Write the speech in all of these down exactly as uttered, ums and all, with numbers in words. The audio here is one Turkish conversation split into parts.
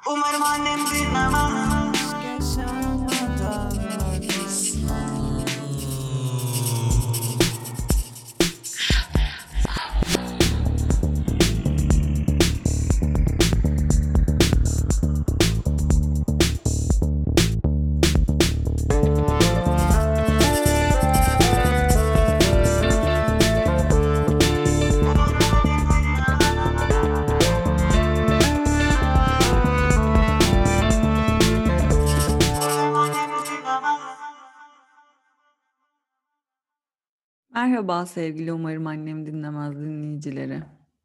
Umarım annem dinlemez. Merhaba sevgili Umarım Annem Dinlemez dinleyicileri.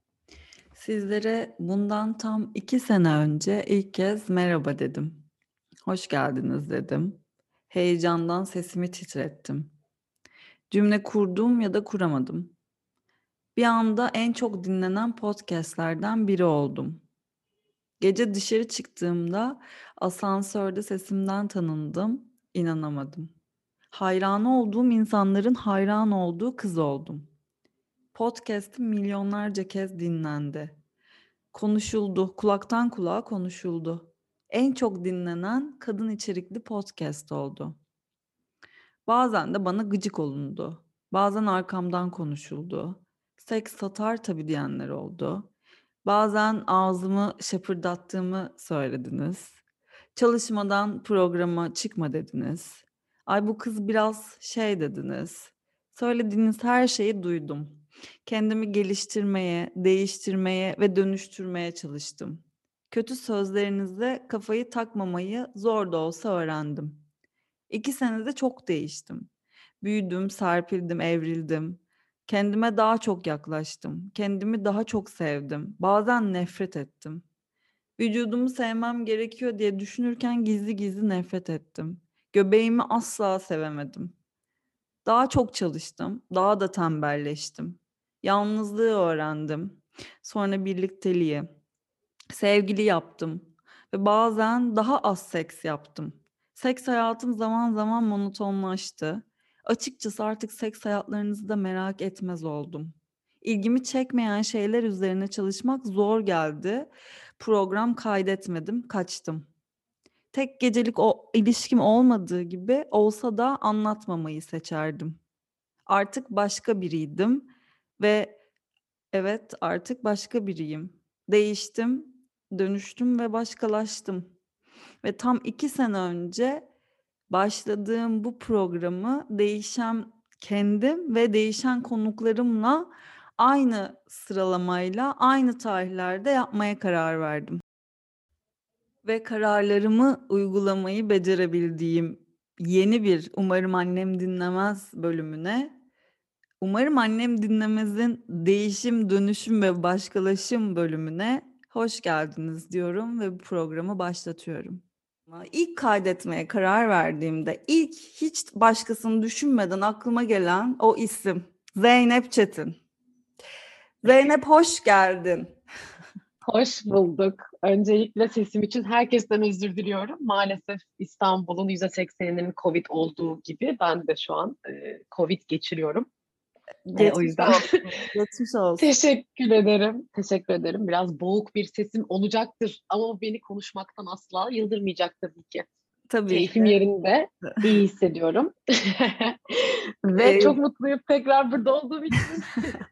Sizlere bundan tam iki sene önce ilk kez merhaba dedim. Hoş geldiniz dedim. Heyecandan sesimi titrettim. Cümle kurdum ya da kuramadım. Bir anda en çok dinlenen podcastlerden biri oldum. Gece dışarı çıktığımda asansörde sesimden tanındım, inanamadım. Hayranı olduğum insanların hayran olduğu kız oldum. Podcast'im milyonlarca kez dinlendi. Konuşuldu, kulaktan kulağa konuşuldu. En çok dinlenen kadın içerikli podcast oldu. Bazen de bana gıcık olundu. Bazen arkamdan konuşuldu. Seks satar tabii diyenler oldu. Bazen ağzımı şapırdattığımı söylediniz. Çalışmadan programa çıkma dediniz. Ay bu kız biraz şey dediniz. Söylediğiniz her şeyi duydum. Kendimi geliştirmeye, değiştirmeye ve dönüştürmeye çalıştım. Kötü sözlerinize kafayı takmamayı zor da olsa öğrendim. İki senede çok değiştim. Büyüdüm, serpildim, evrildim. Kendime daha çok yaklaştım. Kendimi daha çok sevdim. Bazen nefret ettim. Vücudumu sevmem gerekiyor diye düşünürken gizli gizli nefret ettim. Göbeğimi asla sevemedim. Daha çok çalıştım, daha da tembelleştim. Yalnızlığı öğrendim. Sonra birlikteliği, sevgili yaptım ve bazen daha az seks yaptım. Seks hayatım zaman zaman monotonlaştı. Açıkçası artık seks hayatlarınızı da merak etmez oldum. İlgimi çekmeyen şeyler üzerine çalışmak zor geldi. Program kaydetmedim, kaçtım. Tek gecelik o ilişkim olmadığı gibi olsa da anlatmamayı seçerdim. Artık başka biriydim ve evet artık başka biriyim. Değiştim, dönüştüm ve başkalaştım. Ve tam iki sene önce başladığım bu programı değişen kendim ve değişen konuklarımla aynı sıralamayla aynı tarihlerde yapmaya karar verdim. Ve kararlarımı uygulamayı becerebildiğim yeni bir Umarım Annem Dinlemez bölümüne, Umarım Annem Dinlemez'in değişim, dönüşüm ve başkalaşım bölümüne hoş geldiniz diyorum ve bu programı başlatıyorum. İlk kaydetmeye karar verdiğimde ilk hiç başkasını düşünmeden aklıma gelen o isim Zeynep Çetin. Zeynep hoş geldin. Hoş bulduk. Öncelikle sesim için herkesten özür diliyorum. Maalesef İstanbul'un yüzde sekseninin Covid olduğu gibi ben de şu an e, Covid geçiriyorum. E, o Geçmiş yüzden olsun. Geçmiş olsun. teşekkür ederim. Teşekkür ederim. Biraz boğuk bir sesim olacaktır ama beni konuşmaktan asla yıldırmayacak tabii ki. Tabii Keyfim ki. yerinde. İyi hissediyorum. Ve Ee, çok mutluyum tekrar burada olduğum için.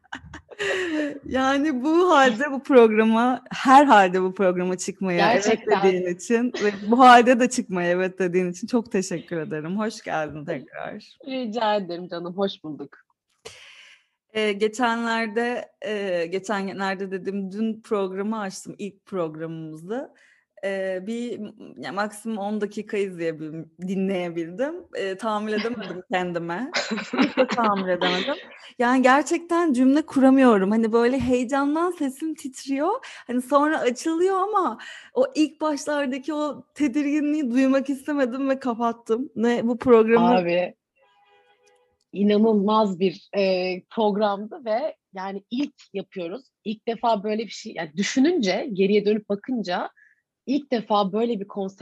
Yani bu halde bu programa, her halde bu programa çıkmaya evet Gerçekten. dediğin için ve bu halde de çıkmaya evet dediğin için çok teşekkür ederim. Hoş geldin tekrar. Rica ederim canım. Hoş bulduk. Ee, geçenlerde, e, geçenlerde dedim dün programı açtım ilk programımızda. Ee, bir ya maksimum on dakika izleyebildim, dinleyebildim. Ee, tahammül edemedim kendime. Hiç de tahammül edemedim. Yani gerçekten cümle kuramıyorum. Hani böyle heyecandan sesim titriyor. Hani sonra açılıyor ama o ilk başlardaki o tedirginliği duymak istemedim ve kapattım. Ne bu programı Abi inanılmaz bir e, programdı ve yani ilk yapıyoruz. İlk defa böyle bir şey yani düşününce geriye dönüp bakınca ilk defa böyle bir konsept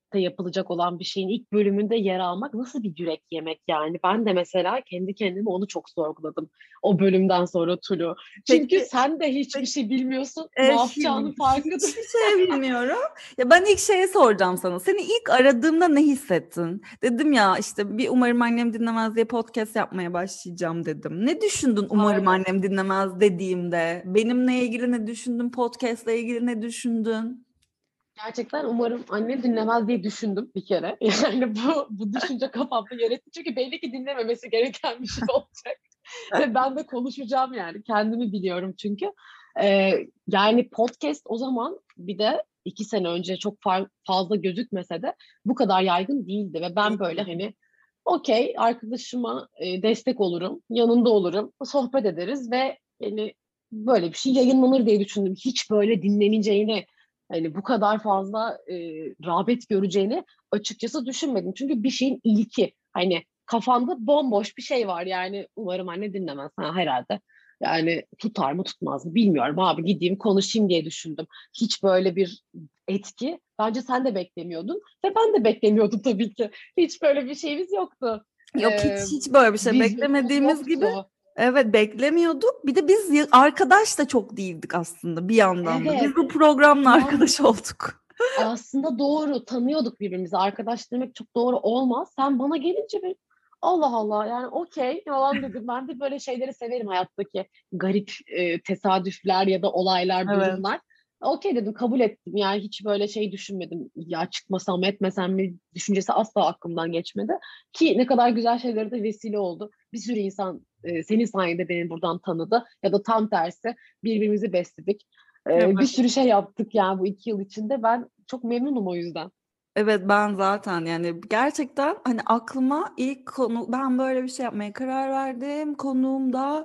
de yapılacak olan bir şeyin ilk bölümünde yer almak nasıl bir yürek yemek yani. Ben de mesela kendi kendime onu çok sorguladım o bölümden sonra Tulu. Çünkü Peki, sen de hiçbir peki şey bilmiyorsun. Ne e, yapacağının şimdi farkında. hiçbir şey bilmiyorum. Ya ben ilk şeyi soracağım sana. Seni ilk aradığımda ne hissettin? Dedim ya işte bir umarım annem dinlemez diye podcast yapmaya başlayacağım dedim. Ne düşündün umarım Aynen. annem dinlemez dediğimde? Benimle ilgili ne düşündün? Podcast'la ilgili ne düşündün? Gerçekten umarım anne dinlemez diye düşündüm bir kere. Yani bu bu düşünce kafamda yer etti. Çünkü belli ki dinlememesi gereken bir şey olacak. Ve ben de konuşacağım yani. Kendimi biliyorum çünkü. Ee, yani podcast o zaman bir de iki sene önce çok fa- fazla gözükmese de bu kadar yaygın değildi. Ve ben böyle hani okey arkadaşıma e, destek olurum, yanında olurum, sohbet ederiz ve yani böyle bir şey yayınlanır diye düşündüm. Hiç böyle dinleneceğini, hani bu kadar fazla e, rağbet göreceğini açıkçası düşünmedim. Çünkü bir şeyin ilki hani kafanda bomboş bir şey var yani umarım anne dinlemez. Ha, herhalde yani tutar mı tutmaz mı bilmiyorum abi gideyim konuşayım diye düşündüm. Hiç böyle bir etki bence sen de beklemiyordun ve ben de beklemiyordum tabii ki. Hiç böyle bir şeyimiz yoktu. Yok hiç Ee, hiç böyle bir şey Vizyonumuz beklemediğimiz gibi. yoktu. Evet beklemiyorduk. Bir de biz ya- arkadaş da çok değildik aslında bir yandan da. Biz Evet. bu programla Ya arkadaş olduk. aslında doğru tanıyorduk birbirimizi. Arkadaş demek çok doğru olmaz. Sen bana gelince bir Allah Allah yani okey falan dedim. Ben de böyle şeyleri severim hayattaki garip e, tesadüfler ya da olaylar, Evet. durumlar. Okey dedim kabul ettim. Yani hiç böyle şey düşünmedim. Ya çıkmasam mı etmesem mi düşüncesi asla aklımdan geçmedi. Ki ne kadar güzel şeylere de vesile oldu. Bir sürü insan e, senin sayende beni buradan tanıdı. Ya da tam tersi birbirimizi besledik. Ee, bir Evet. sürü şey yaptık yani bu iki yıl içinde. Ben çok memnunum o yüzden. Evet ben zaten yani gerçekten hani aklıma ilk konu ben böyle bir şey yapmaya karar verdim. Konuğum da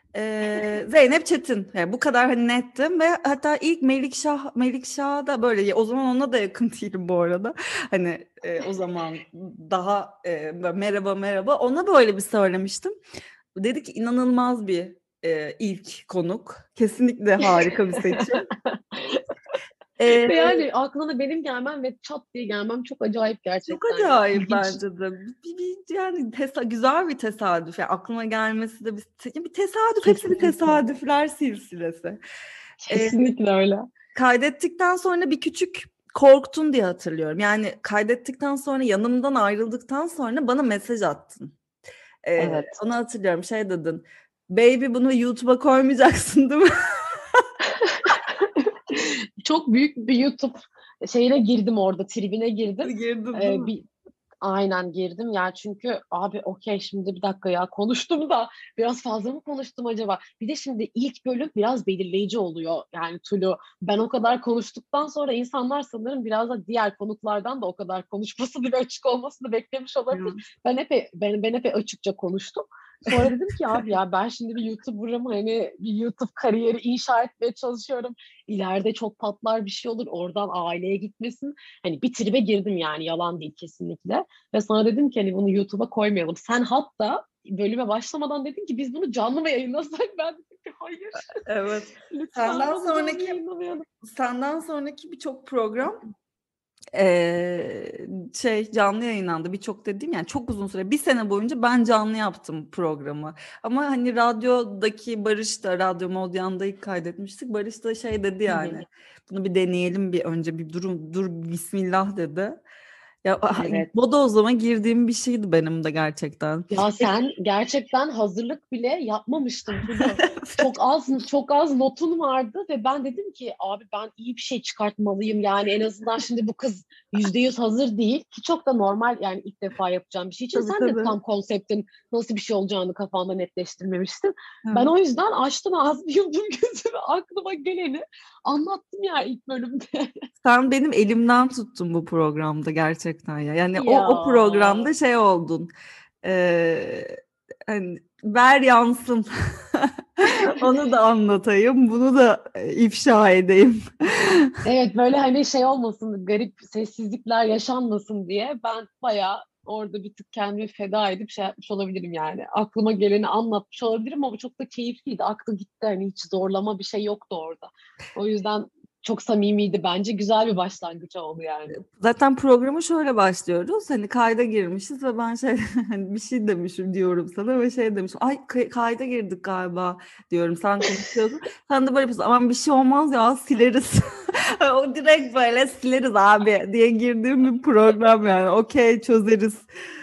eee, Zeynep Çetin. Yani bu kadar hani nettim ve hatta ilk Melikşah Melikşah da böyle o zaman ona da yakın değilim bu arada. Hani eee, o zaman daha eee, böyle merhaba merhaba ona böyle bir söylemiştim. Dedi ki inanılmaz bir eee, ilk konuk. Kesinlikle harika bir seçim. Ve Eee yani aklına benim gelmem ve çat diye gelmem çok acayip Çok gerçekten ya. acayip İlginç. bence de. Bir, bir- yani tesa güzel bir tesadüf. Yani aklıma gelmesi de bir, te- bir tesadüf. Hepsi bir Kesinlikle. tesadüfler silsilesi. Ee, Kesinlikle öyle. kaydettikten sonra bir küçük korktun diye hatırlıyorum. Yani kaydettikten sonra yanımdan ayrıldıktan sonra bana mesaj attın. Ee, Evet. onu hatırlıyorum. Şey dedin. Baby bunu YouTube'a koymayacaksın değil mi? Çok büyük bir YouTube şeyine girdim orada, tribine girdim. Girdin değil Ee, mi? bir Aynen girdim ya çünkü abi okey şimdi bir dakika ya konuştum da biraz fazla mı konuştum acaba? Bir de şimdi ilk bölüm biraz belirleyici oluyor yani Tulu. Ben o kadar konuştuktan sonra insanlar sanırım biraz da diğer konuklardan da o kadar konuşmasını ve açık olmasını beklemiş olabilir. Ya. Ben epey, ben, ben epey açıkça konuştum. Sonra dedim ki abi ya ben şimdi bir YouTuber'ım hani bir YouTube kariyeri inşa etmeye çalışıyorum. İleride çok patlar bir şey olur oradan aileye gitmesin. Hani bir tribe girdim yani yalan değil kesinlikle. Ve sonra dedim ki hani bunu YouTube'a koymayalım. Sen hatta bölüme başlamadan dedin ki biz bunu canlı mı yayınlasak? Ben dedim ki hayır. Evet. Lütfen Senden bunu canlı sonraki yayınlamayalım. senden sonraki birçok program Eee, şey canlı yayınlandı birçok dediğim yani çok uzun süre bir sene boyunca ben canlı yaptım programı ama hani radyodaki Barış da Radyo Modyan'da ilk kaydetmiştik Barış da şey dedi Hı hı. yani bunu bir deneyelim bir önce bir durum dur Bismillah dedi ya Evet. bodozlama girdiğim bir şeydi benim de gerçekten. Ya sen gerçekten hazırlık bile yapmamıştın Tulu. Çok az çok az notun vardı ve ben dedim ki abi ben iyi bir şey çıkartmalıyım. Yani en azından şimdi bu kız yüzde yüz hazır değil ki çok da normal yani ilk defa yapacağım bir şey için Tabii sen de tabii. tam konseptin nasıl bir şey olacağını kafanda netleştirmemiştin. Ben Evet. o yüzden açtım ağzımı yumdum gözümü aklıma geleni anlattım ya ilk bölümde. Sen benim elimden tuttun bu programda gerçekten ya. Yani Ya o o programda şey oldun. Eee, hani ver yansın. Onu da anlatayım, bunu da e, ifşa edeyim. evet böyle hani şey olmasın, garip sessizlikler yaşanmasın diye ben bayağı orada bir tık kendimi feda edip şey yapmış olabilirim yani. Aklıma geleni anlatmış olabilirim ama çok da keyifliydi. Aklım gitti hani hiç zorlama bir şey yoktu orada. O yüzden çok samimiydi bence. Güzel bir başlangıç oldu yani. Zaten programı şöyle başlıyoruz. Hani kayda girmişiz ve ben şey hani bir şey demişim diyorum sana ve şey demişim. Ay kay- kayda girdik galiba diyorum. Sen konuşuyorsun. Sen de böyle yapıyorsun. Aman bir şey olmaz ya sileriz. O direkt böyle sileriz abi diye girdiğim bir program yani. Okey çözeriz.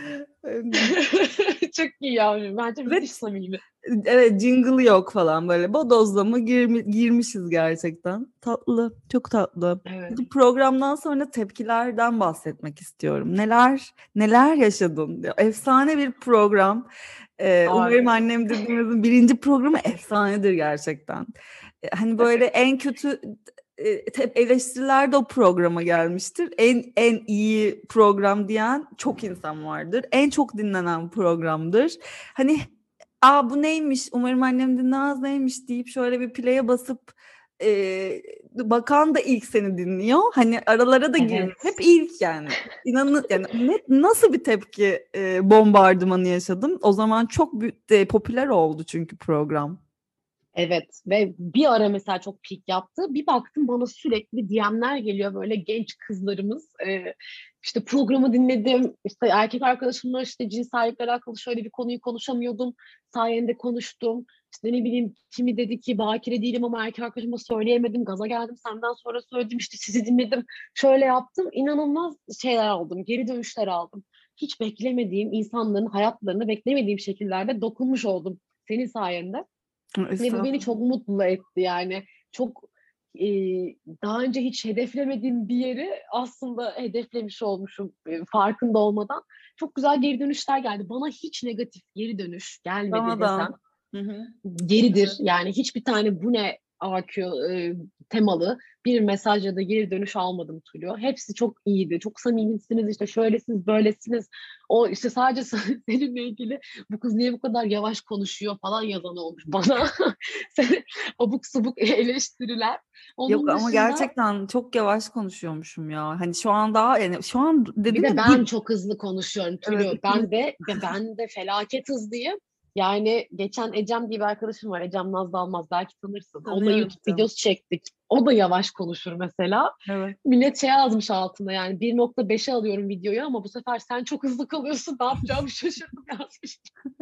Çok iyi yani. Bence müthiş Evet. samimi. Evet jingle yok falan böyle bodozlama girmi- girmişiz gerçekten. Tatlı, çok tatlı. Evet. Bu programdan sonra tepkilerden bahsetmek istiyorum. Neler neler yaşadın? Efsane bir program. Ee, umarım Ay. annem dediğimizin birinci programı efsanedir gerçekten. Ee, hani böyle en kötü e, te- eleştiriler de o programa gelmiştir. En en iyi program diyen çok insan vardır. En çok dinlenen programdır. Hani aa bu neymiş umarım annem dinlemez neymiş deyip şöyle bir play'e basıp e, bakan da ilk seni dinliyor. Hani aralara da girmiyor. Evet. Hep ilk yani. İnanın yani ne, nasıl bir tepki e, bombardımanı yaşadım. O zaman çok büyük, e, popüler oldu çünkü program. Evet ve bir ara mesela çok peak yaptı. Bir baktım bana sürekli D M'ler geliyor böyle genç kızlarımız. Ee, işte programı dinledim. İşte erkek arkadaşımla işte cinsellikle alakalı şöyle bir konuyu konuşamıyordum. Sayende konuştum. İşte ne bileyim kimi dedi ki bakire değilim ama erkek arkadaşıma söyleyemedim. Gaza geldim senden sonra söyledim işte sizi dinledim. Şöyle yaptım. İnanılmaz şeyler aldım. Geri dönüşler aldım. Hiç beklemediğim insanların hayatlarını beklemediğim şekillerde dokunmuş oldum senin sayende. Ve bu beni çok mutlu etti yani. Çok e, daha önce hiç hedeflemediğim bir yeri aslında hedeflemiş olmuşum e, farkında olmadan. Çok güzel geri dönüşler geldi. Bana hiç negatif geri dönüş gelmedi Bana desem da. Hı hı. geridir. Yani hiçbir tane bu ne A Q e, temalı bir mesaj ya da geri dönüş almadım Tulio. Hepsi çok iyiydi. Çok samimisiniz işte şöylesiniz böylesiniz. O işte sadece seninle ilgili bu kız niye bu kadar yavaş konuşuyor falan yazan olmuş bana. Sen- Abuk subuk eleştiriler. Yok Onun ama dışında gerçekten çok yavaş konuşuyormuşum ya. Hani şu an daha yani şu an bir dedim de ya ben bir çok hızlı konuşuyorum evet Tulio. ikimiz Ben de ben de felaket hızlıyım. Yani geçen Ecem diye bir arkadaşım var. Ecem Naz Dalmaz. Belki tanırsın. Onunla tanıyorum YouTube canım. videosu çektik. O da yavaş konuşur mesela. Evet. Millet şey yazmış altına yani bir nokta beşe alıyorum videoyu ama bu sefer sen çok hızlı kalıyorsun. Ne yapacağımı şaşırdım yazmış.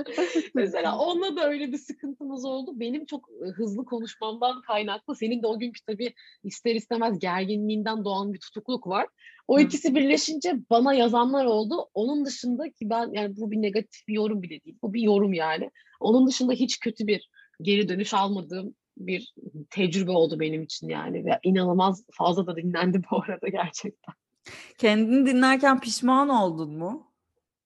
Mesela onunla da öyle bir sıkıntımız oldu. Benim çok e, hızlı konuşmamdan kaynaklı. Senin de o günkü tabii ister istemez gerginliğinden doğan bir tutukluk var. O Evet. ikisi birleşince bana yazanlar oldu. Onun dışında ki ben yani bu bir negatif bir yorum bile değil. Bu bir yorum yani. Onun dışında hiç kötü bir geri dönüş almadığım bir tecrübe oldu benim için yani. Ve inanılmaz fazla da dinlendi bu arada gerçekten. Kendini dinlerken pişman oldun mu?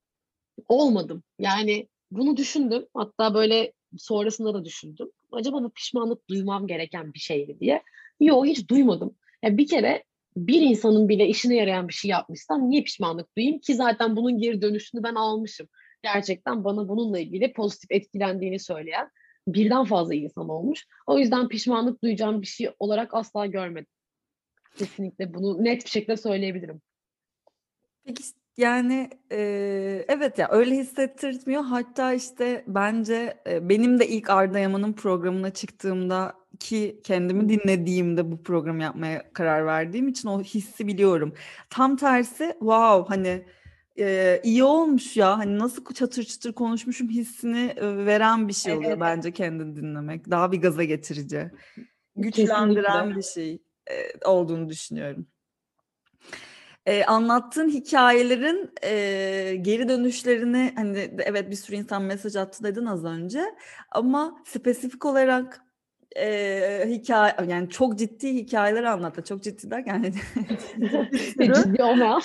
Olmadım. Yani bunu düşündüm. Hatta böyle sonrasında da düşündüm. Acaba bu pişmanlık duymam gereken bir şey mi diye. Yok hiç duymadım. Yani bir kere bir insanın bile işine yarayan bir şey yapmışsam niye pişmanlık duyayım ki zaten bunun geri dönüşünü ben almışım. Gerçekten bana bununla ilgili pozitif etkilendiğini söyleyen birden fazla insan olmuş. O yüzden pişmanlık duyacağım bir şey olarak asla görmedim. Kesinlikle bunu net bir şekilde söyleyebilirim. Peki yani eee, evet ya öyle hissettirtmiyor. Hatta işte bence e, benim de ilk Arda Yaman'ın programına çıktığımda ki kendimi dinlediğimde bu programı yapmaya karar verdiğim için o hissi biliyorum. Tam tersi wow hani e, iyi olmuş ya hani nasıl çatır çatır konuşmuşum hissini e, veren bir şey oluyor Evet, bence kendini dinlemek. Daha bir gaza getirici, kesinlikle. güçlendiren bir şey e, olduğunu düşünüyorum. Eee, anlattığın hikâyelerin, eee, geri dönüşlerini, hani, evet, bir sürü insan mesaj attı dedin az önce ama spesifik olarak, eee, hikâye yani çok ciddi hikâyeler anlattın. Çok ciddi derken hani bir Hiç sürü ciddi olmayan.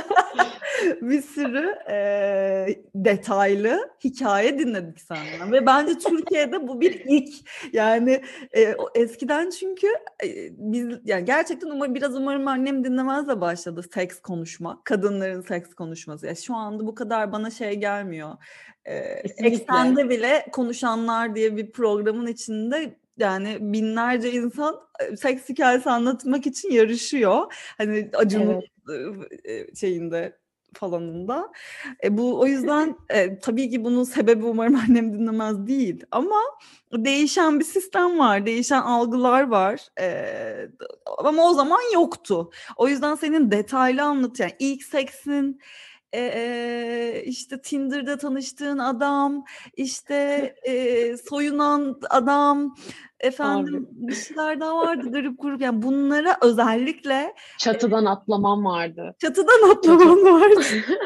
bir sürü eee, detaylı hikaye dinledik senden ve bence Türkiye'de bu bir ilk. Yani eee, o eskiden çünkü eee, biz yani gerçekten umarım biraz umarım annem dinlemez de başladı seks konuşma, kadınların seks konuşması. Ya şu anda bu kadar bana şey gelmiyor. Eee, Kesinlikle. Eksende bile konuşanlar diye bir programın içinde yani binlerce insan e, seks hikayesi anlatmak için yarışıyor. Hani Acun'un Evet. e, şeyinde falanında. E, bu o yüzden e, tabii ki bunun sebebi umarım annem dinlemez değil. Ama değişen bir sistem var, değişen algılar var. E, ama o zaman yoktu. O yüzden senin detaylı anlat yani ilk seksin, e, işte Tinder'da tanıştığın adam, işte e, soyunan adam, Abi efendim bir şeyler daha vardı garip grup. Yani bunlara özellikle çatıdan atlamam vardı. çatıdan Çatı. atlaman vardı.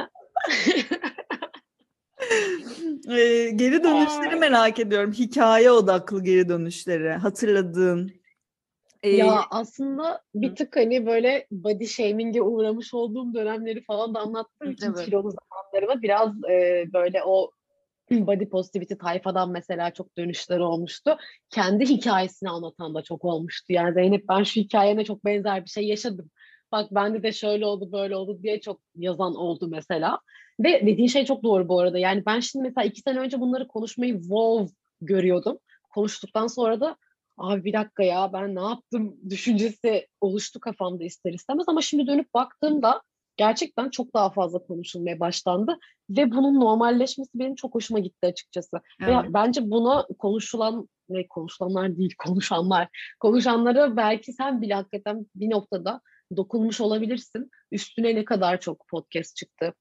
Ee, geri dönüşleri Ay. merak ediyorum. Hikaye odaklı geri dönüşleri. Hatırladığın. Ee, Ya aslında bir tık hani böyle body shaming'e uğramış olduğum dönemleri falan da anlattığım için evet. kilolu zamanlarıma biraz e, böyle o body positivity tayfadan mesela çok dönüşleri olmuştu. Kendi hikayesini anlatan da çok olmuştu. Yani Zeynep ben şu hikayene çok benzer bir şey yaşadım. Bak bende de şöyle oldu böyle oldu diye çok yazan oldu mesela. Ve dediğin şey çok doğru bu arada. Yani ben şimdi mesela iki sene önce bunları konuşmayı wow görüyordum. Konuştuktan sonra da abi bir dakika ya ben ne yaptım düşüncesi oluştu kafamda ister istemez. Ama şimdi dönüp baktığımda gerçekten çok daha fazla konuşulmaya başlandı. Ve bunun normalleşmesi benim çok hoşuma gitti açıkçası. Ve Evet. bence buna konuşulan, ne konuşulanlar değil, konuşanlar. Konuşanlara belki sen bile hakikaten bir noktada dokunmuş olabilirsin. Üstüne ne kadar çok podcast çıktı.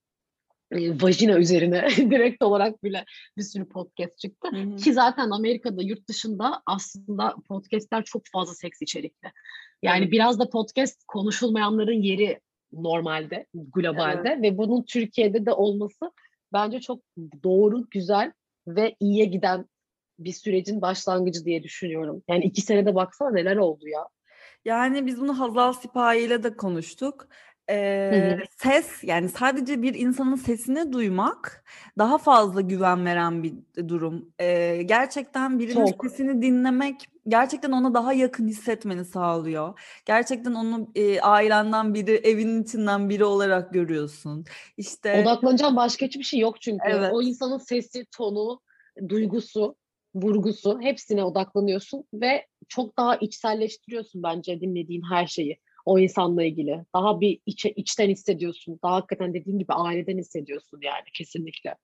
E, vajina üzerine direkt olarak bile bir sürü podcast çıktı. Hı hı. Ki zaten Amerika'da, yurt dışında aslında podcastler çok fazla seks içerikli. Evet. Yani biraz da podcast konuşulmayanların yeri normalde, Evet. globalde ve bunun Türkiye'de de olması bence çok doğru, güzel ve iyiye giden bir sürecin başlangıcı diye düşünüyorum. Yani iki senede baksana neler oldu ya. Yani biz bunu Hazal Sipahi ile de konuştuk. Hı Ee, hı. ses yani sadece bir insanın sesini duymak daha fazla güven veren bir durum. Ee, gerçekten birinin Çok. sesini dinlemek gerçekten ona daha yakın hissetmeni sağlıyor. Gerçekten onu e, ailenden biri, evinin içinden biri olarak görüyorsun. İşte Odaklanacağım başka hiçbir şey yok çünkü. O evet. insanın sesi, tonu, duygusu, vurgusu hepsine odaklanıyorsun ve çok daha içselleştiriyorsun bence dinlediğin her şeyi. O insanla ilgili. Daha bir içe, içten hissediyorsun. Daha hakikaten dediğim gibi aileden hissediyorsun yani kesinlikle.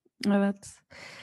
Evet.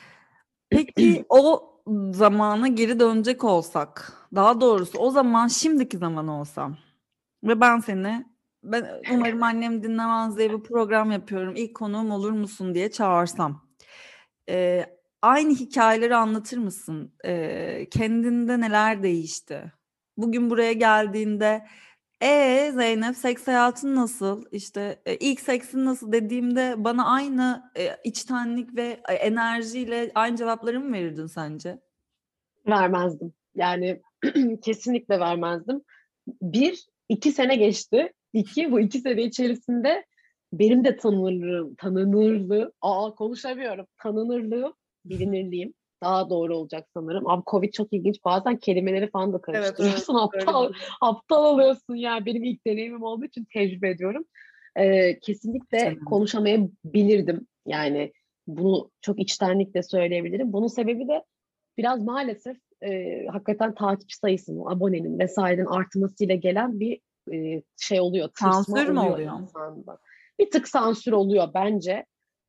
Peki o zamana geri dönecek olsak, daha doğrusu o zaman şimdiki zaman olsam ve ben seni, ben umarım annem dinlemez diye bir program yapıyorum. İlk konuğum olur musun diye çağırsam. Ee, aynı hikayeleri anlatır mısın? Ee, kendinde neler değişti? Bugün buraya geldiğinde e Zeynep seks hayatın nasıl? İşte e, ilk seksin nasıl dediğimde bana aynı e, içtenlik ve e, enerjiyle aynı cevapları mı verirdin sence? Vermezdim. Yani kesinlikle vermezdim. Bir, iki sene geçti. İki, bu iki sene içerisinde benim de tanınırlığım, tanınırlığı, aa konuşamıyorum, tanınırlığım, bilinirliğim daha doğru olacak sanırım. Abi Covid çok ilginç. Bazen kelimeleri falan da Evet, evet. karıştırıyorsun. Öyle bir Aptal, durum. aptal oluyorsun ya. Benim ilk deneyimim olduğu için tecrübe ediyorum. Ee, Hiç kesinlikle önemli değil. konuşamayabilirdim. Yani bunu çok içtenlikle söyleyebilirim. Bunun sebebi de biraz maalesef e, hakikaten takipçi sayısının, abonenin vesairenin artmasıyla gelen bir e, şey oluyor, tırsma Sansür mü oluyor oluyor? insanda. Bir tık sansür oluyor bence.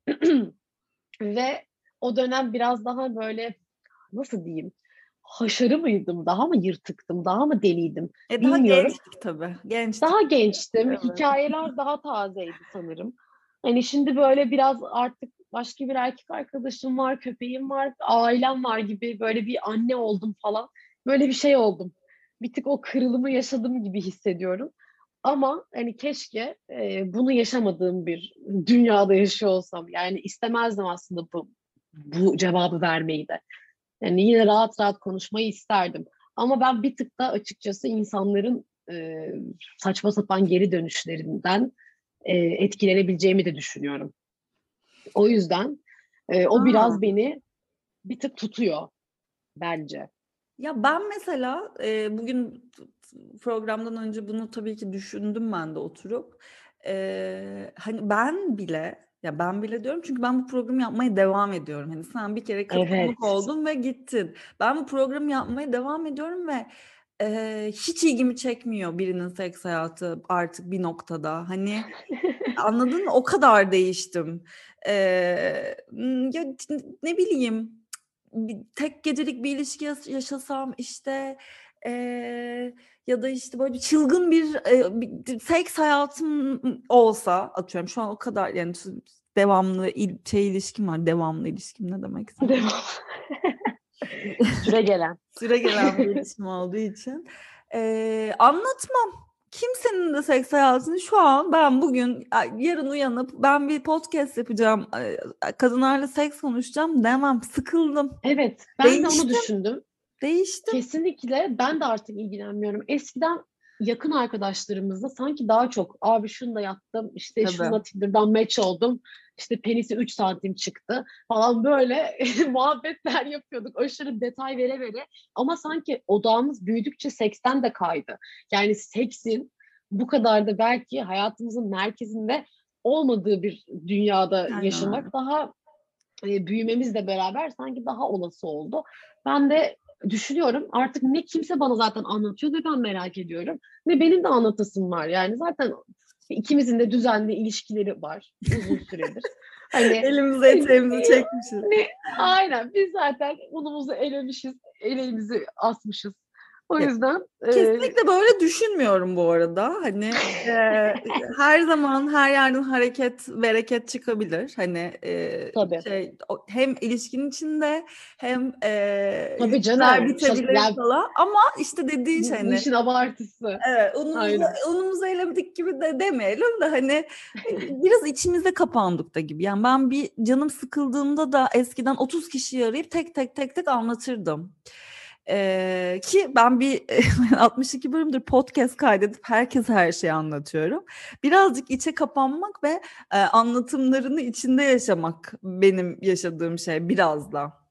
Ve o dönem biraz daha böyle nasıl diyeyim, haşarı mıydım, daha mı yırtıktım, daha mı deliydim E daha bilmiyorum. gençtik tabii. Gençtik. Daha gençtim. Evet. Hikayeler daha tazeydi sanırım. Hani şimdi böyle biraz artık başka bir erkek arkadaşım var, köpeğim var, ailem var gibi böyle bir anne oldum falan. Böyle bir şey oldum. Bir tık o kırılımı yaşadım gibi hissediyorum. Ama hani keşke e, bunu yaşamadığım bir dünyada yaşıyor olsam. Yani istemezdim aslında bu, bu cevabı vermeyi de. Yani yine rahat rahat konuşmayı isterdim. Ama ben bir tık da açıkçası insanların e, saçma sapan geri dönüşlerinden e, etkilenebileceğimi de düşünüyorum. O yüzden e, o Ha. biraz beni bir tık tutuyor bence. Ya ben mesela e, bugün programdan önce bunu tabii ki düşündüm ben de oturup. E, hani ben bile ya ben bile diyorum çünkü ben bu programı yapmaya devam ediyorum. Hani sen bir kere kı- konuk Evet. oldun ve gittin. Ben bu programı yapmaya devam ediyorum ve Eee, hiç ilgimi çekmiyor birinin seks hayatı artık bir noktada. Hani anladın mı? O kadar değiştim. Eee, ımm, ya ne bileyim, bir tek gecelik bir ilişki yas yaşasam işte, eee, ya da işte böyle bir çılgın bir, eee, bir seks hayatım olsa, atıyorum şu an o kadar yani devamlı il şey ilişkim var. Devamlı ilişkim ne demekse. Devam. Süregelen. Süregelen bir ilişkim olduğu için. Eee, anlatmam. Kimsenin de seks hayatını şu an ben bugün yarın uyanıp ben bir podcast yapacağım, eee, kadınlarla seks konuşacağım demem. Sıkıldım. Evet, ben de onu Değiştim. düşündüm. Değiştim. Kesinlikle ben de artık ilgilenmiyorum. Eskiden yakın arkadaşlarımızla sanki daha çok abi şunu da yaptım, işte Tabii. şununla Tinder'dan match oldum, işte penisi üç santim çıktı falan böyle muhabbetler yapıyorduk. Aşırı detay vere vere ama sanki odağımız büyüdükçe seksten de kaydı. Yani seksin bu kadar da belki hayatımızın merkezinde olmadığı bir dünyada Aynen öyle. yaşamak daha e, büyümemizle beraber sanki daha olası oldu. Ben de düşünüyorum artık ne kimse bana zaten anlatıyor ve ben merak ediyorum. Ne benim de anlatasım var. Yani zaten ikimizin de düzenli ilişkileri var uzun süredir. Hani Elimizi eteğimizi çekmişiz. ne, aynen biz zaten unumuzu elemişiz, eleğimizi asmışız. O Ya, yüzden e, kesinlikle böyle düşünmüyorum bu arada. Hani eee, her zaman her yerden hareket bereket çıkabilir. Hani eee, tabii. şey o- hem ilişkinin içinde hem eee Tabii ilişkiler canım. Şak- bitebilir yani falan. Ama işte dediğin bu, şey bu hani işin abartısı. evet, unumuzu, Aynen. unumuzu elemedik gibi de demeyelim de hani e, biraz içimize kapandık da gibi. Yani ben bir canım sıkıldığında da eskiden otuz kişiyi arayıp tek tek tek tek anlatırdım. Ee, ki ben bir altmış iki bölümdür podcast kaydedip herkese her şeyi anlatıyorum. Birazcık içe kapanmak ve e, anlatımlarını içinde yaşamak benim yaşadığım şey biraz da.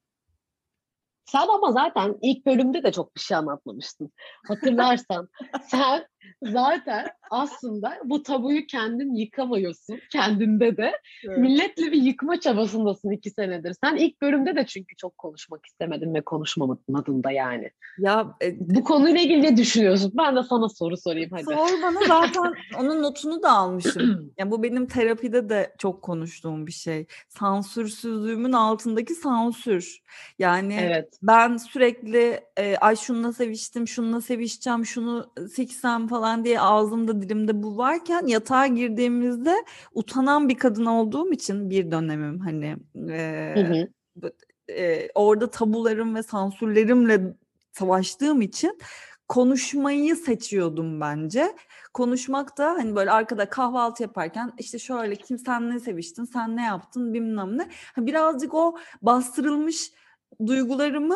Sen ama zaten ilk bölümde de çok bir şey anlatmamıştın. Hatırlarsan sen zaten aslında bu tabuyu kendin yıkamıyorsun. Kendinde de. Evet. Milletle bir yıkma çabasındasın iki senedir. Sen ilk bölümde de çünkü çok konuşmak istemedin ve konuşmamadın da yani. Ya e, Bu konuyla ilgili ne düşünüyorsun? Ben de sana soru sorayım hadi. Sor bana, zaten onun notunu da almışım. Yani bu benim terapide de çok konuştuğum bir şey. Sansürsüzlüğümün altındaki sansür. Yani Evet. ben sürekli e, ay şununla seviştim, şununla sevişeceğim, şunu siksem falan diye ağzımda dilimde bu varken yatağa girdiğimizde utanan bir kadın olduğum için bir dönemim hani Hı e, hı. bu- e, orada tabularım ve sansürlerimle savaştığım için konuşmayı seçiyordum bence. Konuşmak da hani böyle arkada kahvaltı yaparken işte şöyle kim sen ne seviştin, sen ne yaptın bilmem ne. Ha, birazcık o bastırılmış duygularımı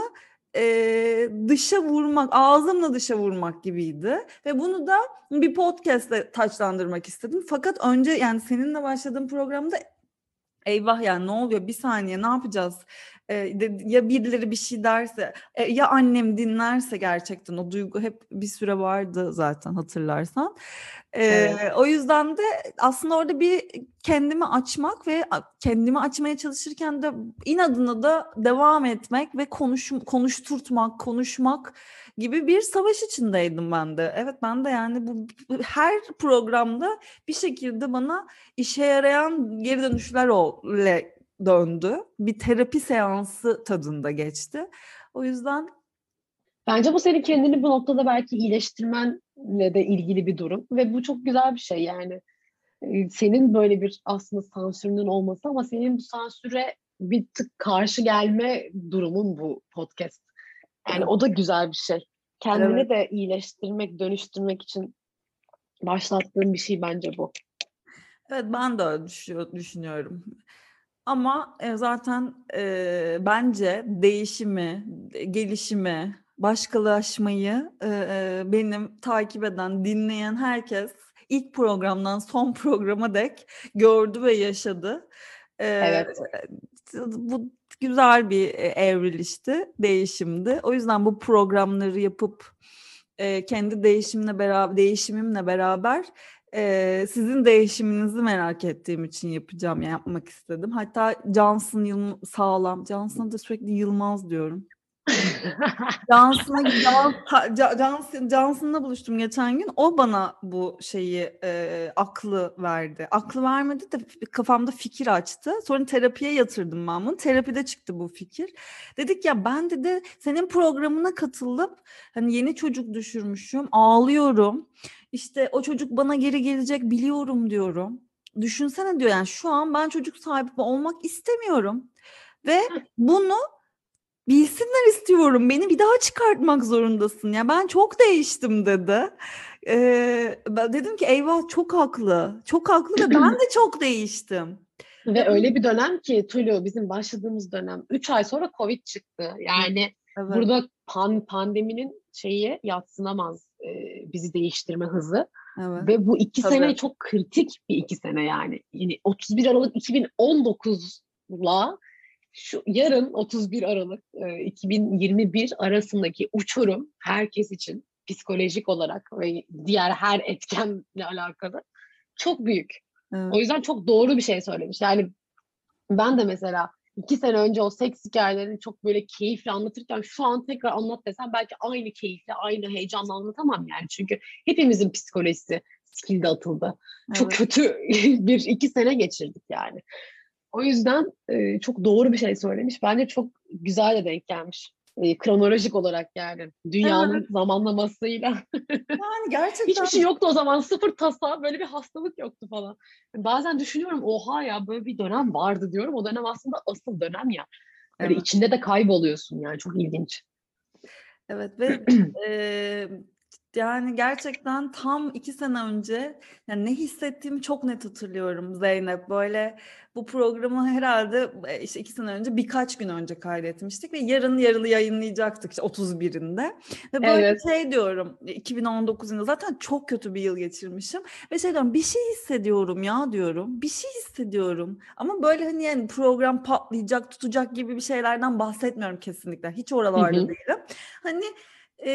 e, dışa vurmak, ağzımla dışa vurmak gibiydi. Ve bunu da bir podcast'le taçlandırmak istedim. Fakat önce yani seninle başladığım programda eyvah yani ne oluyor bir saniye ne yapacağız? Ee, de- ya birileri bir şey derse e, ya annem dinlerse gerçekten o duygu hep bir süre vardı zaten hatırlarsan. Ee, Evet. o yüzden de aslında orada bir kendimi açmak ve a- kendimi açmaya çalışırken de inadına da devam etmek ve konuş, konuşturtmak, konuşmak gibi bir savaş içindeydim ben de. Evet ben de yani bu bu- her programda bir şekilde bana işe yarayan geri dönüşler ile döndü. Bir terapi seansı tadında geçti. O yüzden Bence bu senin kendini bu noktada belki iyileştirmenle de ilgili bir durum ve bu çok güzel bir şey yani. Ee, Senin böyle bir aslında sansürünün olması ama senin bu sansüre bir tık karşı gelme durumun bu podcast. Yani evet, o da güzel bir şey. evet, Kendini de iyileştirmek, dönüştürmek için başlattığın bir şey bence bu. evet ben de öyle düşüyor- düşünüyorum. Ama e, zaten e, bence değişimi, gelişimi, başkalaşmayı e, e, benim takip eden, dinleyen herkes ilk programdan son programa dek gördü ve yaşadı. E, Evet. bu güzel bir e, evrilişti, değişimdi. O yüzden bu programları yapıp e, kendi değişimle beraber, değişimimle beraber ee, sizin değişiminizi merak ettiğim için yapacağım, yani yapmak istedim. Hatta Cansın Yılm- Sağlam, Cansın'a da sürekli Yılmaz diyorum. Johnson'a John, Johnson, Johnson'la buluştum geçen gün. O bana bu şeyi e, aklı verdi. Aklı vermedi de kafamda fikir açtı. Sonra terapiye yatırdım ben bunu. Terapide çıktı bu fikir. Dedik ya ben de senin programına katılıp hani yeni çocuk düşürmüşüm. Ağlıyorum. İşte o çocuk bana geri gelecek biliyorum diyorum. Düşünsene diyor yani şu an ben çocuk sahibi olmak istemiyorum. Ve bunu bilsinler istiyorum. Beni bir daha çıkartmak zorundasın. Ya ben çok değiştim dedi. Ee, ben dedim ki eyvah çok haklı. Çok haklı ve ben de çok değiştim. Ve öyle bir dönem ki Tulu bizim başladığımız dönem üç ay sonra Covid çıktı. Yani evet. burada pan, pandeminin şeyi yadsınamaz e, bizi değiştirme hızı. Evet. Ve bu iki Tabii. sene çok kritik bir iki sene yani. Yani otuz bir Aralık iki bin on dokuzla şu yarın otuz bir Aralık e, iki bin yirmi bir arasındaki uçurum herkes için psikolojik olarak ve diğer her etkenle alakalı çok büyük. Evet. O yüzden çok doğru bir şey söylemiş. Yani ben de mesela iki sene önce o seks hikayelerini çok böyle keyifli anlatırken şu an tekrar anlat desem belki aynı keyifle, aynı heyecanla anlatamam yani. Çünkü hepimizin psikolojisi skill'de atıldı. Evet. Çok kötü bir iki sene geçirdik yani. O yüzden e, çok doğru bir şey söylemiş. Bence çok güzel de denk gelmiş. E, kronolojik olarak yani. Dünyanın evet. zamanlamasıyla. Yani gerçekten. Hiçbir şey yoktu o zaman. Sıfır tasa. Böyle bir hastalık yoktu falan. Bazen düşünüyorum oha ya böyle bir dönem vardı diyorum. O dönem aslında asıl dönem ya. Böyle evet. içinde de kayboluyorsun yani. Çok ilginç. Evet ve e, yani gerçekten tam iki sene önce yani ne hissettiğimi çok net hatırlıyorum Zeynep. Böyle bu programı herhalde işte iki sene önce birkaç gün önce kaydetmiştik ve yarın yarılı yayınlayacaktık işte otuz birinde. Ve böyle evet. şey diyorum iki bin on dokuz yılında zaten çok kötü bir yıl geçirmişim. Ve şey diyorum bir şey hissediyorum ya diyorum. Bir şey hissediyorum. Ama böyle hani yani program patlayacak tutacak gibi bir şeylerden bahsetmiyorum kesinlikle. Hiç oralarda hı hı. değilim. Hani e,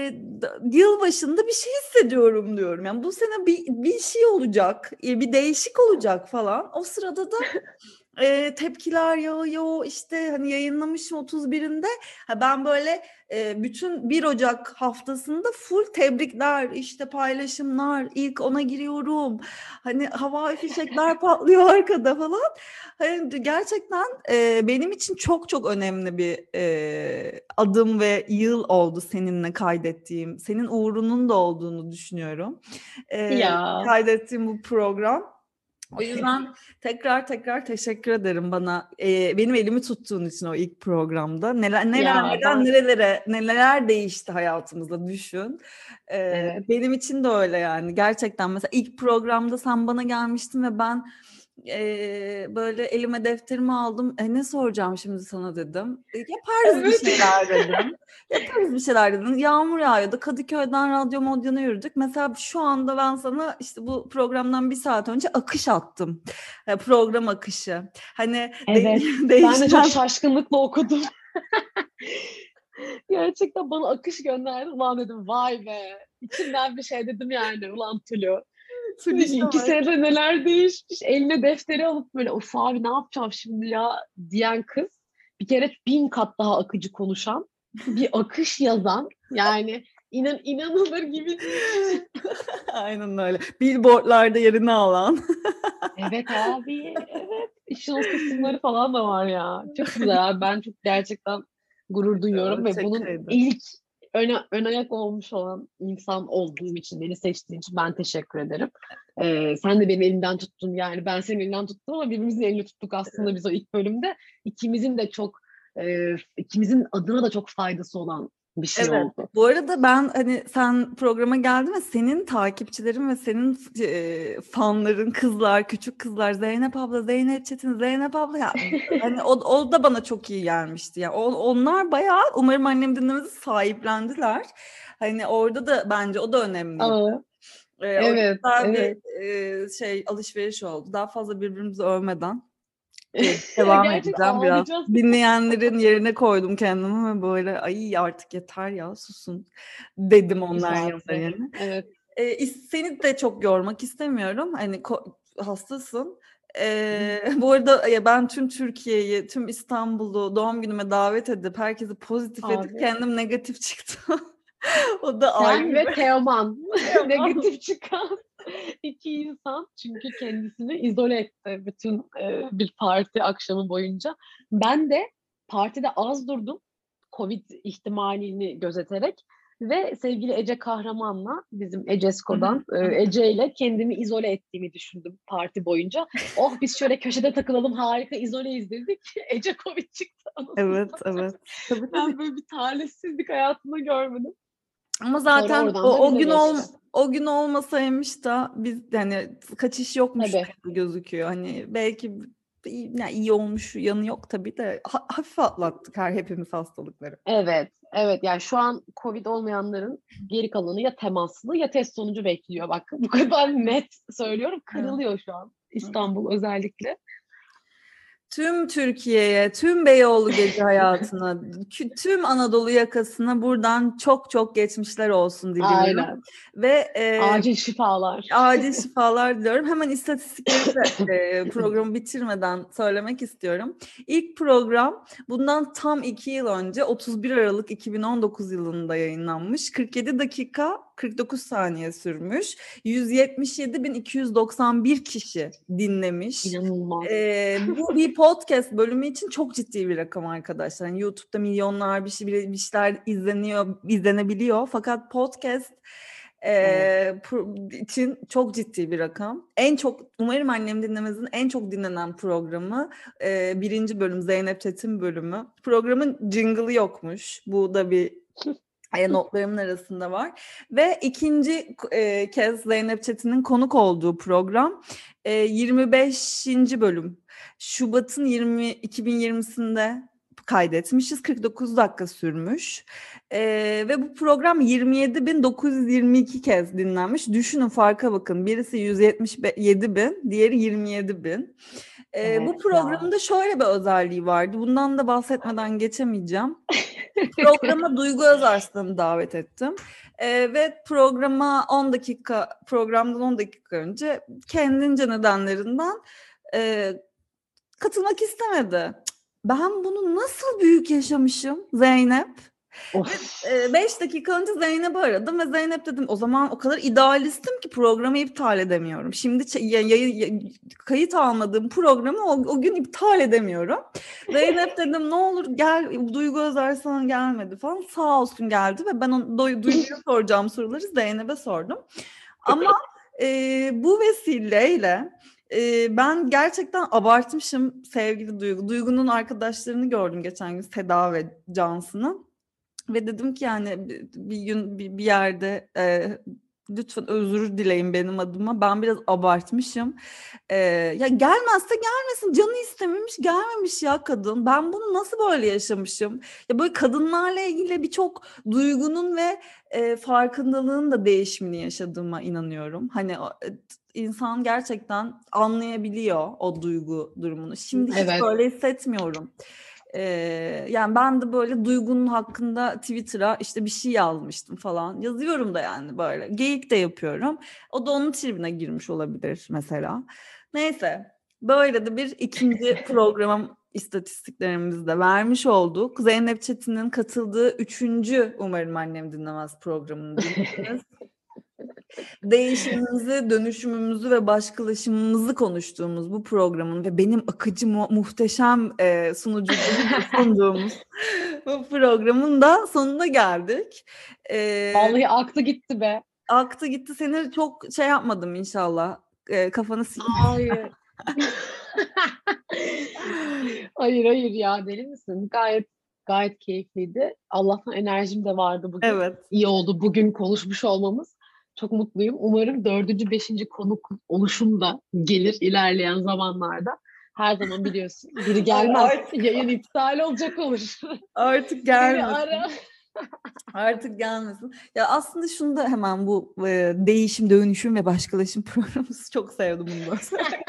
yıl başında bir şey hissediyorum diyorum. Yani bu sene bir, bir şey olacak, bir değişik olacak falan. O sırada da e, tepkiler yağıyor. İşte hani yayınlamışım otuz birinde. Ha, ben böyle e, bütün bir Ocak haftasında full tebrikler, işte paylaşımlar, ilk ona giriyorum. Hani havai fişekler patlıyor arkada falan. Hani gerçekten e, benim için çok çok önemli bir e, adım ve yıl oldu seninle kaydettiğim. Senin uğrunun da olduğunu düşünüyorum. E, ya. Kaydettiğim bu program. O yüzden tekrar tekrar teşekkür ederim bana e, benim elimi tuttuğun için o ilk programda. Neler nelerden ben... nerelere neler değişti hayatımızda düşün. E, evet. Benim için de öyle yani. Gerçekten mesela ilk programda sen bana gelmiştin ve ben e, böyle elime defterimi aldım. E, ne soracağım şimdi sana dedim. E, yaparız evet. bir şeyler dedim. Yaparız bir şeyler dedim. Yağmur yağıyordu. Kadıköy'den radyo modyana yürüdük. Mesela şu anda ben sana işte bu programdan bir saat önce akış attım. E, program akışı. Hani evet. De- değişen... Ben de çok şaşkınlıkla okudum. Gerçekten bana akış gönderdi. Ulan dedim vay be. İçimden bir şey dedim yani. Ulan Tulu. İki senede neler değişmiş. Eline defteri alıp böyle of abi ne yapacağım şimdi ya diyen kız. Bir kere bin kat daha akıcı konuşan. Bir akış yazan. Yani inan inanılır gibi değil. Aynen öyle. Billboardlarda yerini alan. Evet abi. Evet. İşin o kısımları falan da var ya. Çok güzel abi. Ben çok gerçekten gurur duyuyorum. Evet, ve bunun ederim. ilk ön, ön ayak olmuş olan insan olduğum için, beni seçtiğin için ben teşekkür ederim. Ee, sen de benim elimden tuttun yani ben senin elinden tuttum ama birbirimizin elini tuttuk aslında evet. biz o ilk bölümde. İkimizin de çok e, ikimizin adına da çok faydası olan bir şey evet. oldu. Bu arada ben hani sen programa geldin ve senin takipçilerin ve senin e, fanların kızlar, küçük kızlar Zeynep abla, Zeynep Çetin, Zeynep abla ya hani o, o da bana çok iyi gelmişti. Yani o, onlar bayağı umarım annem dinlemesi sahiplendiler. Hani orada da bence o da önemliydi. Aa. Ee, evet, evet. Bir e, şey alışveriş oldu. Daha fazla birbirimizi övmeden e, devam edeceğim biraz. Dinleyenlerin yerine koydum kendimi ve böyle ay artık yeter ya susun dedim onların yanlarına. Evet. E, seni de çok yormak istemiyorum. Hani ko- hastasın. Ee, bu arada ya ben tüm Türkiye'yi, tüm İstanbul'u doğum günüme davet edip herkesi pozitif edip Abi. kendim negatif çıktım. O da Sen ayrı ve bir Teoman Teoman. negatif çıkan iki insan, çünkü kendisini izole etti bütün e, bir parti akşamı boyunca. Ben de partide az durdum, Covid ihtimalini gözeterek, ve sevgili Ece Kahraman'la, bizim Ecesko'dan e, Ece ile kendimi izole ettiğimi düşündüm parti boyunca. Oh, biz şöyle köşede takılalım, harika izoleyiz dedik. Ece Covid çıktı. Evet, evet. Tabii tabii. Ben böyle bir talihsizlik hayatımda görmedim. Ama Sonra zaten oradan o, da o bize gün ol, geçti. o gün olmasaymış da biz yani kaçış yokmuş Tabii. gibi gözüküyor. Hani belki iyi, yani iyi olmuş yanı yok tabii de ha- hafif atlattık her hepimiz hastalıkları. Evet, evet. Yani şu an Covid olmayanların geri kalanı ya temaslı ya test sonucu bekliyor. Bak, bu kadar net söylüyorum. Evet. Kırılıyor şu an Evet. İstanbul özellikle. Tüm Türkiye'ye, tüm Beyoğlu gece hayatına, kü- tüm Anadolu yakasına buradan çok çok geçmişler olsun diliyorum. Aynen. Ve e, Acil şifalar. acil şifalar diliyorum. Hemen istatistikleri de e, programı bitirmeden söylemek istiyorum. İlk program bundan tam iki yıl önce otuz bir Aralık iki bin on dokuz yılında yayınlanmış. kırk yedi dakika kırk dokuz saniye sürmüş. yüz yetmiş yedi bin iki yüz doksan bir kişi dinlemiş. İnanılmaz. Ee, bu bir podcast bölümü için çok ciddi bir rakam arkadaşlar. Yani YouTube'da milyonlar bir, şey, bir şeyler izleniyor, izlenebiliyor. Fakat podcast e, pro- için çok ciddi bir rakam. En çok, umarım annem dinlemezin en çok dinlenen programı e, birinci bölüm, Zeynep Çetin bölümü. Programın jingle'ı yokmuş. Bu da bir e, notlarımın arasında var. Ve ikinci e, kez Zeynep Çetin'in konuk olduğu program e, yirmi beşinci bölüm. Şubat'ın yirmi iki bin yirmisinde kaydetmişiz. kırk dokuz dakika sürmüş. E, ve bu program yirmi yedi bin dokuz yüz yirmi iki kez dinlenmiş. Düşünün, farka bakın. Birisi yüz yetmiş yedi bin, diğeri yirmi yedi bin. Ee, Evet bu programın ya. da şöyle bir özelliği vardı. Bundan da bahsetmeden geçemeyeceğim. Programa Duygu Özarslan'ı davet ettim. Ee, ve programa on dakika, programdan on dakika önce kendince nedenlerinden e, katılmak istemedi. Cık, Ben bunu nasıl büyük yaşamışım Zeynep? Of. Beş dakika önce Zeynep'i aradım ve Zeynep dedim, o zaman o kadar idealistim ki programı iptal edemiyorum. Şimdi ç- ya- ya- ya- kayıt almadığım programı o, o gün iptal edemiyorum. Zeynep dedim, ne olur gel, Duygu Özarsan gelmedi falan. Sağ olsun geldi ve ben onu, Do- Duygu'ya soracağım soruları Zeynep'e sordum. Ama e, bu vesileyle e, ben gerçekten abartmışım sevgili Duygu. Duygu'nun arkadaşlarını gördüm geçen gün, Seda ve Cansu'nu. Ve dedim ki yani bi- bir gün bir, bir yerde e, lütfen özür dileyin benim adıma. Ben biraz abartmışım. E, ya gelmezse gelmesin. Canı istememiş, gelmemiş ya kadın. Ben bunu nasıl böyle yaşamışım? Ya böyle kadınlarla ilgili birçok duygunun ve e, farkındalığın da değişimini yaşadığıma inanıyorum. Hani o, e, insan gerçekten anlayabiliyor o duygu durumunu. Şimdi hiç Evet. böyle hissetmiyorum. Ee, yani ben de böyle Duygu'nun hakkında Twitter'a işte bir şey yazmıştım falan. Yazıyorum da yani, böyle geyik de yapıyorum. O da onun tribine girmiş olabilir mesela. Neyse, böyle de bir ikinci programım istatistiklerimizde vermiş olduk. Zeynep Çetin'in katıldığı üçüncü Umarım Annem Dinlemez programını dinlediniz. Değişimimizi, dönüşümümüzü ve başkalaşımımızı konuştuğumuz bu programın ve benim akıcı, mu- muhteşem e, sunuculuğunu sunduğumuz bu programın da sonuna geldik. E, Vallahi aktı gitti be. aktı gitti, seni çok şey yapmadım inşallah. E, kafanı sikmedim. Hayır. Hayır hayır ya, deli misin? Gayet gayet keyifliydi. Allah'tan enerjim de vardı bugün. Evet. İyi oldu bugün konuşmuş olmamız. Çok mutluyum. Umarım dördüncü, beşinci konuk oluşum da gelir ilerleyen zamanlarda. Her zaman biliyorsun. Biri gelmez. Artık, Yayın iptal olacak olur. artık Beni gelmesin. ara. Artık gelmesin. Ya aslında şunu da hemen, bu e, değişim, dönüşüm ve başkalaşım programımızı çok sevdim bunu da.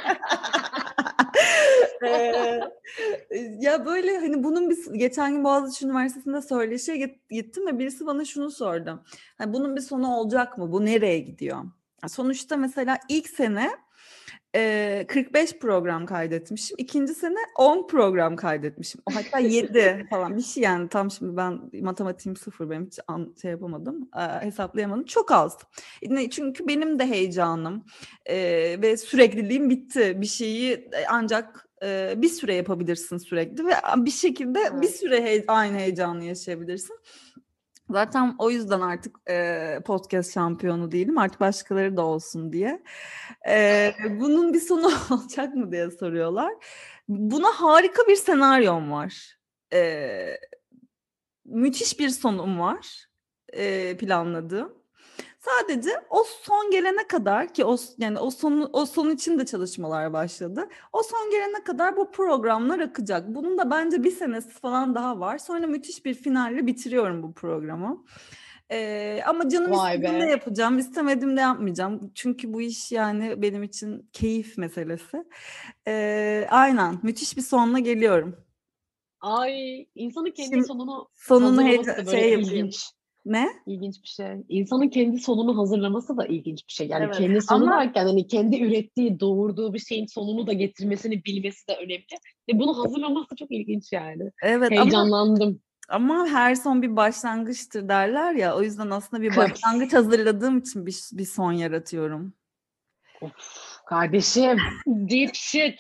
Ee, ya böyle hani bunun bir, geçen gün Boğaziçi Üniversitesi'nde söyleşiye git- gittim ve birisi bana şunu sordu. Hani bunun bir sonu olacak mı? Bu nereye gidiyor? Ya sonuçta mesela ilk sene Ee, kırk beş program kaydetmişim. İkinci sene on program kaydetmişim. O hatta yedi falan bir şey yani. Tam şimdi ben matematiğim sıfır, benim hiç an, şey yapamadım. e, hesaplayamadım. Çok az. Ne- Çünkü benim de heyecanım e, ve sürekliliğim bitti. Bir şeyi e, ancak e, bir süre yapabilirsin sürekli ve bir şekilde bir Evet. süre hey- aynı heyecanı yaşayabilirsin. Zaten o yüzden artık e, podcast şampiyonu değilim. Artık başkaları da olsun diye. E, bunun bir sonu olacak mı diye soruyorlar. Buna harika bir senaryom var. E, müthiş bir sonum var e, planladığım. Sadece o son gelene kadar ki o yani o sonu o son için de çalışmalar başladı. O son gelene kadar bu programlar akacak. Bunun da bence bir senesi falan daha var. Sonra müthiş bir finalle bitiriyorum bu programı. Ee, ama canım Vay istediğimde be. yapacağım, istemediğimde yapmayacağım. Çünkü bu iş yani benim için keyif meselesi. Ee, aynen, müthiş bir sonla geliyorum. Ay, insanın kendi Şimdi sonunu sonunu hazırlaması heyecan- da şey böyle yapayım. ilginç. Ne? İlginç bir şey. İnsanın kendi sonunu hazırlaması da ilginç bir şey. Yani Evet. kendi sonu Ama derken hani kendi ürettiği, doğurduğu bir şeyin sonunu da getirmesini bilmesi de önemli. Ve bunu hazırlaması çok ilginç yani. evet ama Heyecanlandım. Ama her son bir başlangıçtır derler ya. O yüzden aslında bir başlangıç hazırladığım için bir, bir son yaratıyorum. Of, kardeşim, deep shit.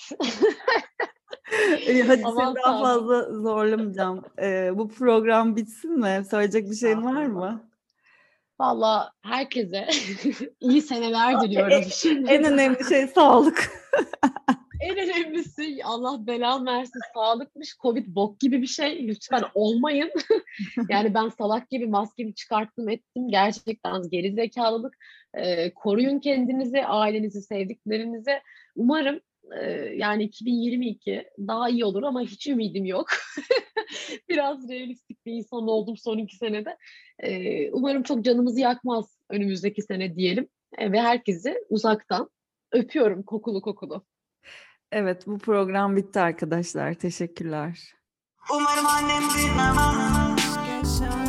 İyi, hadi seni Aman daha tanrım. fazla zorlamayacağım. Ee, bu program bitsin mi? Söyleyecek bir şeyin var Estağfurullah. mı? Valla herkese iyi seneler E- diliyorum En şimdiden. önemli şey sağlık. En önemlisi Allah belanı versin, sağlıkmış. Covid bok gibi bir şey. Lütfen olmayın. Yani ben salak gibi maskemi çıkarttım ettim. Gerçekten geri zekalılık. Ee, koruyun kendinizi, ailenizi, sevdiklerinizi. Umarım e, yani iki bin yirmi iki daha iyi olur ama hiç ümidim yok. Biraz realistik bir insan oldum son iki senede. Ee, umarım çok canımızı yakmaz önümüzdeki sene diyelim. E, ve herkesi uzaktan öpüyorum kokulu kokulu. Evet, bu program bitti arkadaşlar. Teşekkürler. Umarım annem dinlemez.